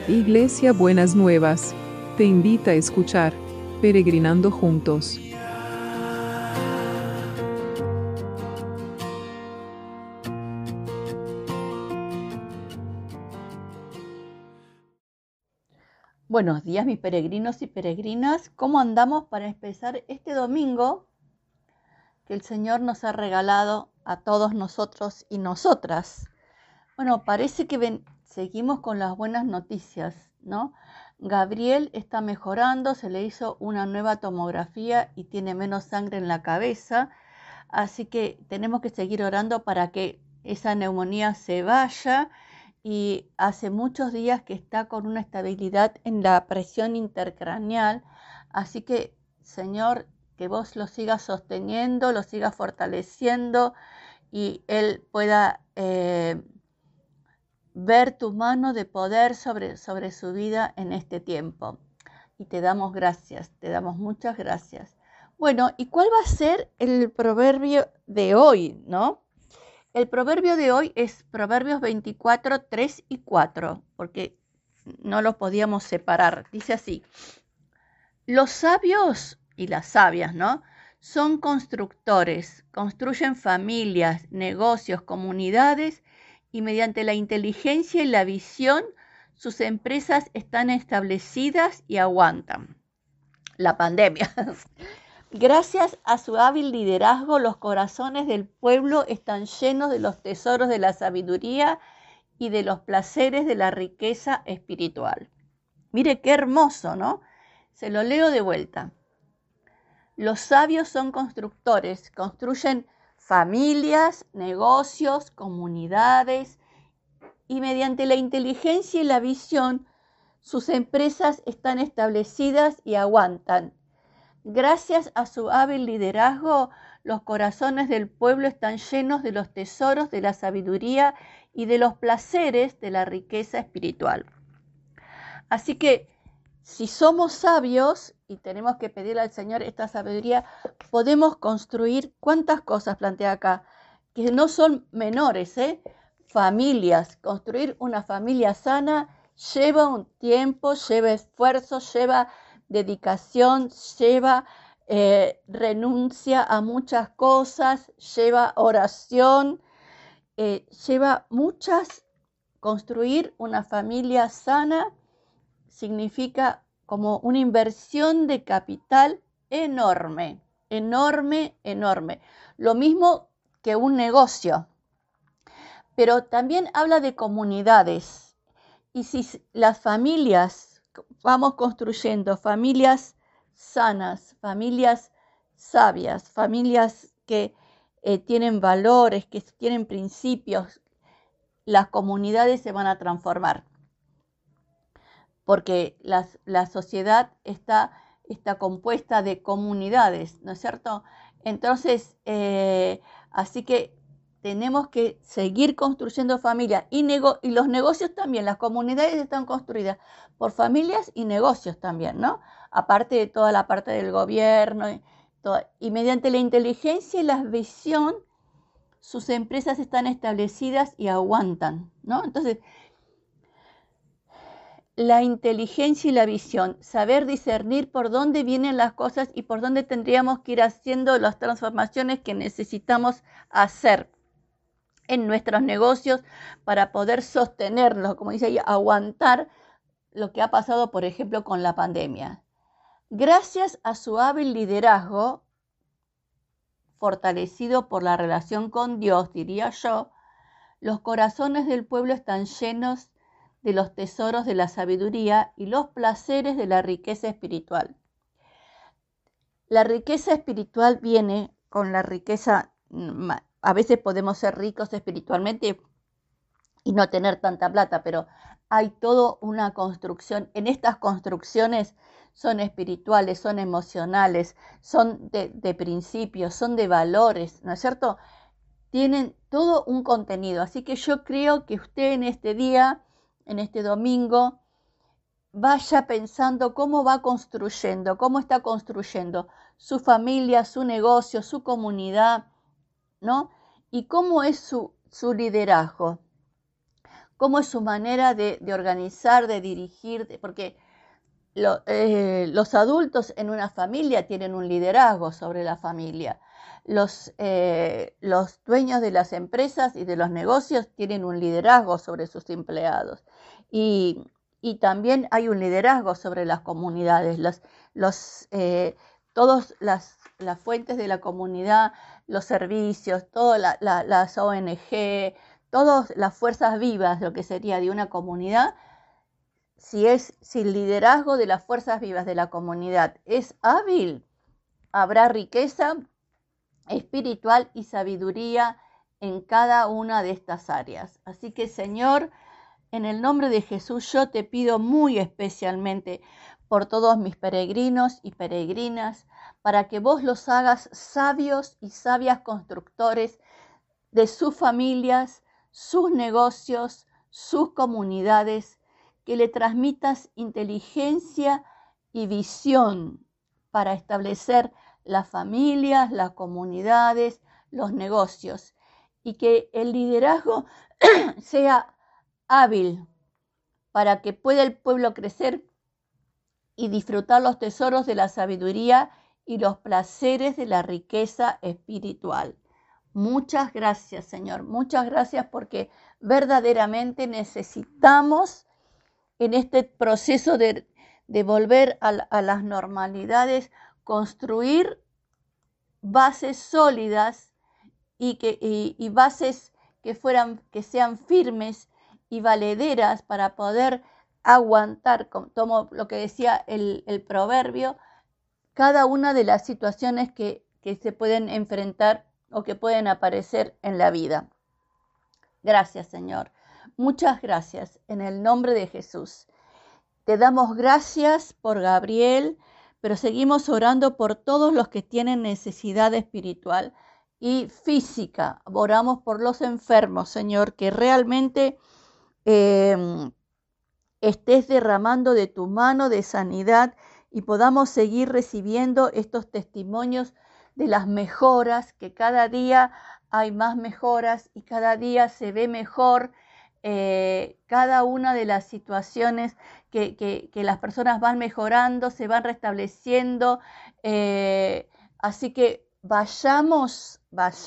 Iglesia Buenas Nuevas, te invita a escuchar Peregrinando Juntos. Buenos días, mis peregrinos y peregrinas. ¿Cómo andamos para empezar este domingo que el Señor nos ha regalado a todos nosotros y nosotras? Bueno, parece que seguimos con las buenas noticias, ¿no? Gabriel está mejorando, se le hizo una nueva tomografía y tiene menos sangre en la cabeza, así que tenemos que seguir orando para que esa neumonía se vaya. Y hace muchos días que está con una estabilidad en la presión intercraneal, así que, Señor, que vos lo sigas sosteniendo, lo sigas fortaleciendo y él pueda ver tu mano de poder sobre su vida en este tiempo. Y te damos gracias, te damos muchas gracias. Bueno, ¿y cuál va a ser el proverbio de hoy, no? El proverbio de hoy es Proverbios 24, 3 y 4, porque no los podíamos separar. Dice así: los sabios y las sabias, ¿no?, son constructores, construyen familias, negocios, comunidades, y mediante la inteligencia y la visión, sus empresas están establecidas y aguantan la pandemia. Gracias a su hábil liderazgo, los corazones del pueblo están llenos de los tesoros de la sabiduría y de los placeres de la riqueza espiritual. Mire qué hermoso, ¿no? Se lo leo de vuelta. Los sabios son constructores, construyen familias, negocios, comunidades, y mediante la inteligencia y la visión, sus empresas están establecidas y aguantan. Gracias a su hábil liderazgo, los corazones del pueblo están llenos de los tesoros de la sabiduría y de los placeres de la riqueza espiritual. Así que, si somos sabios y tenemos que pedirle al Señor esta sabiduría, podemos construir cuántas cosas plantea acá, que no son menores, familias. Construir una familia sana lleva un tiempo, lleva esfuerzo, lleva dedicación, lleva renuncia a muchas cosas, lleva oración, lleva muchas. Construir una familia sana significa como una inversión de capital enorme, enorme, enorme. Lo mismo que un negocio, pero también habla de comunidades. Y si las familias, vamos construyendo familias sanas, familias sabias, familias que tienen valores, que tienen principios, las comunidades se van a transformar. Porque la sociedad está compuesta de comunidades, ¿no es cierto? Entonces, así que tenemos que seguir construyendo familias y los negocios también. Las comunidades están construidas por familias y negocios también, ¿no? Aparte de toda la parte del gobierno. Y mediante la inteligencia y la visión, sus empresas están establecidas y aguantan, ¿no? Entonces, la inteligencia y la visión, saber discernir por dónde vienen las cosas y por dónde tendríamos que ir haciendo las transformaciones que necesitamos hacer en nuestros negocios para poder sostenerlos, como dice ahí, aguantar lo que ha pasado, por ejemplo, con la pandemia. Gracias a su hábil liderazgo, fortalecido por la relación con Dios, diría yo, los corazones del pueblo están llenos de los tesoros de la sabiduría y los placeres de la riqueza espiritual. La riqueza espiritual viene con la riqueza. A veces podemos ser ricos espiritualmente y no tener tanta plata, pero hay toda una construcción. En estas construcciones son espirituales, son emocionales, son de principios, son de valores, ¿no es cierto? Tienen todo un contenido. Así que yo creo que usted en este día, en este domingo, vaya pensando cómo va construyendo, cómo está construyendo su familia, su negocio, su comunidad, ¿no? Y cómo es su liderazgo. cómo es su manera de organizar, de dirigir, porque los adultos en una familia tienen un liderazgo sobre la familia. Los dueños de las empresas y de los negocios tienen un liderazgo sobre sus empleados. Y también hay un liderazgo sobre las comunidades. Todas las fuentes de la comunidad, los servicios, todas las ONG, todas las fuerzas vivas, lo que sería de una comunidad, si el liderazgo de las fuerzas vivas de la comunidad es hábil, habrá riqueza espiritual y sabiduría en cada una de estas áreas. Así que, Señor, en el nombre de Jesús, yo te pido muy especialmente por todos mis peregrinos y peregrinas, para que vos los hagas sabios y sabias constructores de sus familias, sus negocios, sus comunidades, que le transmitas inteligencia y visión para establecer las familias, las comunidades, los negocios, y que el liderazgo sea hábil para que pueda el pueblo crecer y disfrutar los tesoros de la sabiduría y los placeres de la riqueza espiritual. Muchas gracias, Señor. Muchas gracias, porque verdaderamente necesitamos en este proceso de volver a las normalidades, construir bases sólidas y bases que sean firmes y valederas para poder aguantar, como lo que decía el proverbio, cada una de las situaciones que se pueden enfrentar o que pueden aparecer en la vida. Gracias, Señor. Muchas gracias en el nombre de Jesús. Te damos gracias por Gabriel, pero seguimos orando por todos los que tienen necesidad espiritual y física. Oramos por los enfermos, Señor, que realmente estés derramando de tu mano de sanidad y podamos seguir recibiendo estos testimonios de las mejoras, que cada día hay más mejoras y cada día se ve mejor cada una de las situaciones que las personas van mejorando, se van restableciendo. Así que vayamos,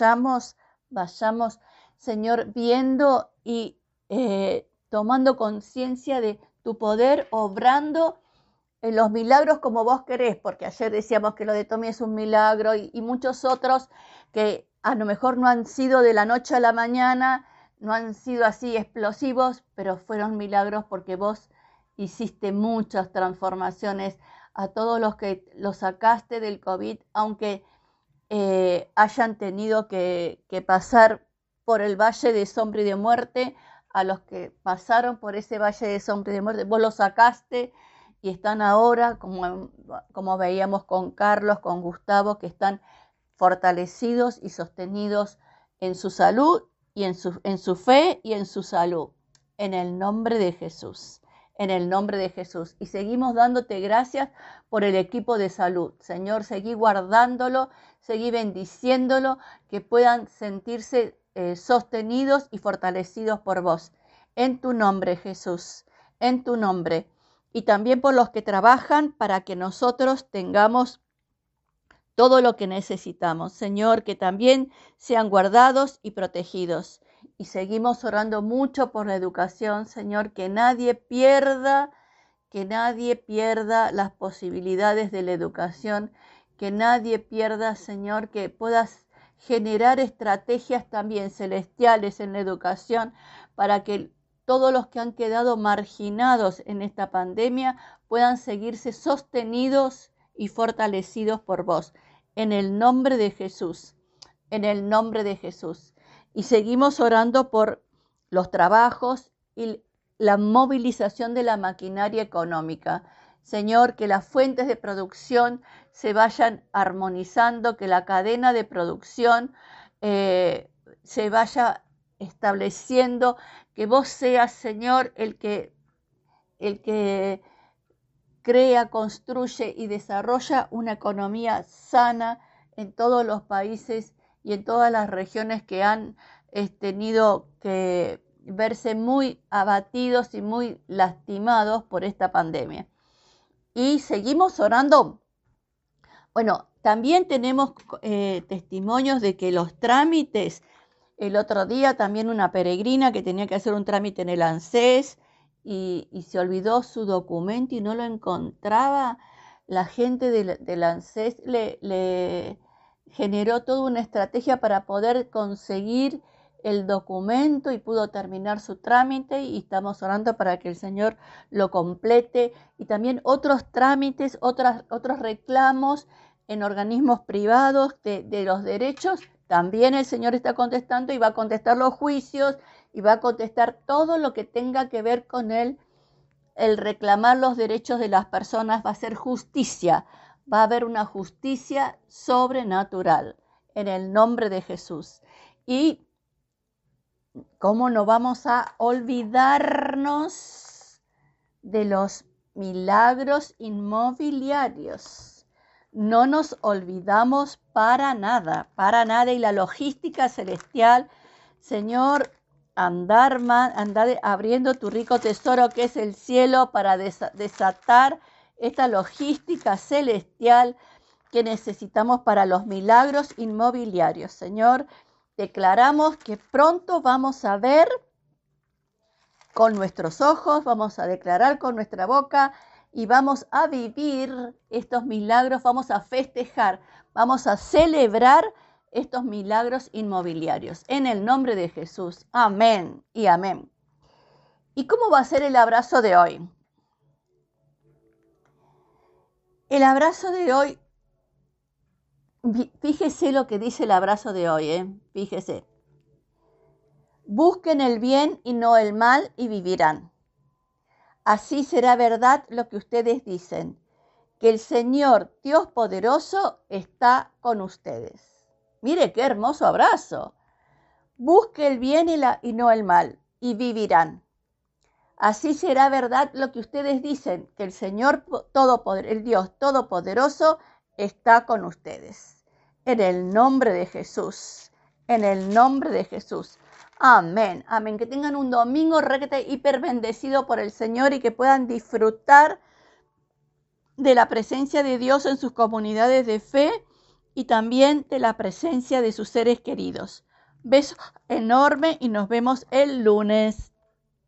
Señor, viendo y tomando conciencia de tu poder, obrando en los milagros como vos querés, porque ayer decíamos que lo de Tommy es un milagro y muchos otros que a lo mejor no han sido de la noche a la mañana, no han sido así explosivos, pero fueron milagros porque vos hiciste muchas transformaciones a todos los que los sacaste del COVID, aunque hayan tenido que pasar por el valle de sombra y de muerte. A los que pasaron por ese valle de sombra y de muerte, vos los sacaste y están ahora, como veíamos con Carlos, con Gustavo, que están fortalecidos y sostenidos en su salud y en su fe y en su salud. En el nombre de Jesús, en el nombre de Jesús. Y seguimos dándote gracias por el equipo de salud. Señor, seguí guardándolo, seguí bendiciéndolo, que puedan sentirse sostenidos y fortalecidos por vos. En tu nombre, Jesús, en tu nombre. Y también por los que trabajan para que nosotros tengamos todo lo que necesitamos. Señor, que también sean guardados y protegidos. Y seguimos orando mucho por la educación, Señor, que nadie pierda las posibilidades de la educación, que nadie pierda, Señor, que puedas generar estrategias también celestiales en la educación para que todos los que han quedado marginados en esta pandemia puedan seguirse sostenidos y fortalecidos por vos. En el nombre de Jesús, en el nombre de Jesús. Y seguimos orando por los trabajos y la movilización de la maquinaria económica. Señor, que las fuentes de producción se vayan armonizando, que la cadena de producción se vaya estableciendo, que vos seas, Señor, el que crea, construye y desarrolla una economía sana en todos los países y en todas las regiones que han tenido que verse muy abatidos y muy lastimados por esta pandemia. Y seguimos orando. Bueno, también tenemos testimonios de que los trámites, el otro día también una peregrina que tenía que hacer un trámite en el ANSES y se olvidó su documento y no lo encontraba. La gente del ANSES le generó toda una estrategia para poder conseguir el documento y pudo terminar su trámite, y estamos orando para que el Señor lo complete. Y también otros trámites, otros reclamos en organismos privados de los derechos, también el Señor está contestando y va a contestar los juicios y va a contestar todo lo que tenga que ver con el reclamar los derechos de las personas. Va a ser justicia, va a haber una justicia sobrenatural en el nombre de Jesús. Y ¿cómo no vamos a olvidarnos de los milagros inmobiliarios? No nos olvidamos para nada, y la logística celestial. Señor, andar abriendo tu rico tesoro que es el cielo para desatar esta logística celestial que necesitamos para los milagros inmobiliarios. Señor, declaramos que pronto vamos a ver con nuestros ojos, vamos a declarar con nuestra boca y vamos a vivir estos milagros, vamos a festejar, vamos a celebrar estos milagros inmobiliarios. En el nombre de Jesús. Amén y amén. ¿Y cómo va a ser el abrazo de hoy? El abrazo de hoy, fíjese lo que dice el abrazo de hoy, fíjese. Busquen el bien y no el mal y vivirán. Así será verdad lo que ustedes dicen, que el Señor Dios poderoso está con ustedes. Mire qué hermoso abrazo. Busque el bien y no el mal y vivirán. Así será verdad lo que ustedes dicen, que el Señor el Dios Todopoderoso está con ustedes. En el nombre de Jesús, en el nombre de Jesús. Amén, amén. Que tengan un domingo hiper bendecido por el Señor y que puedan disfrutar de la presencia de Dios en sus comunidades de fe y también de la presencia de sus seres queridos. Beso enorme y nos vemos el lunes.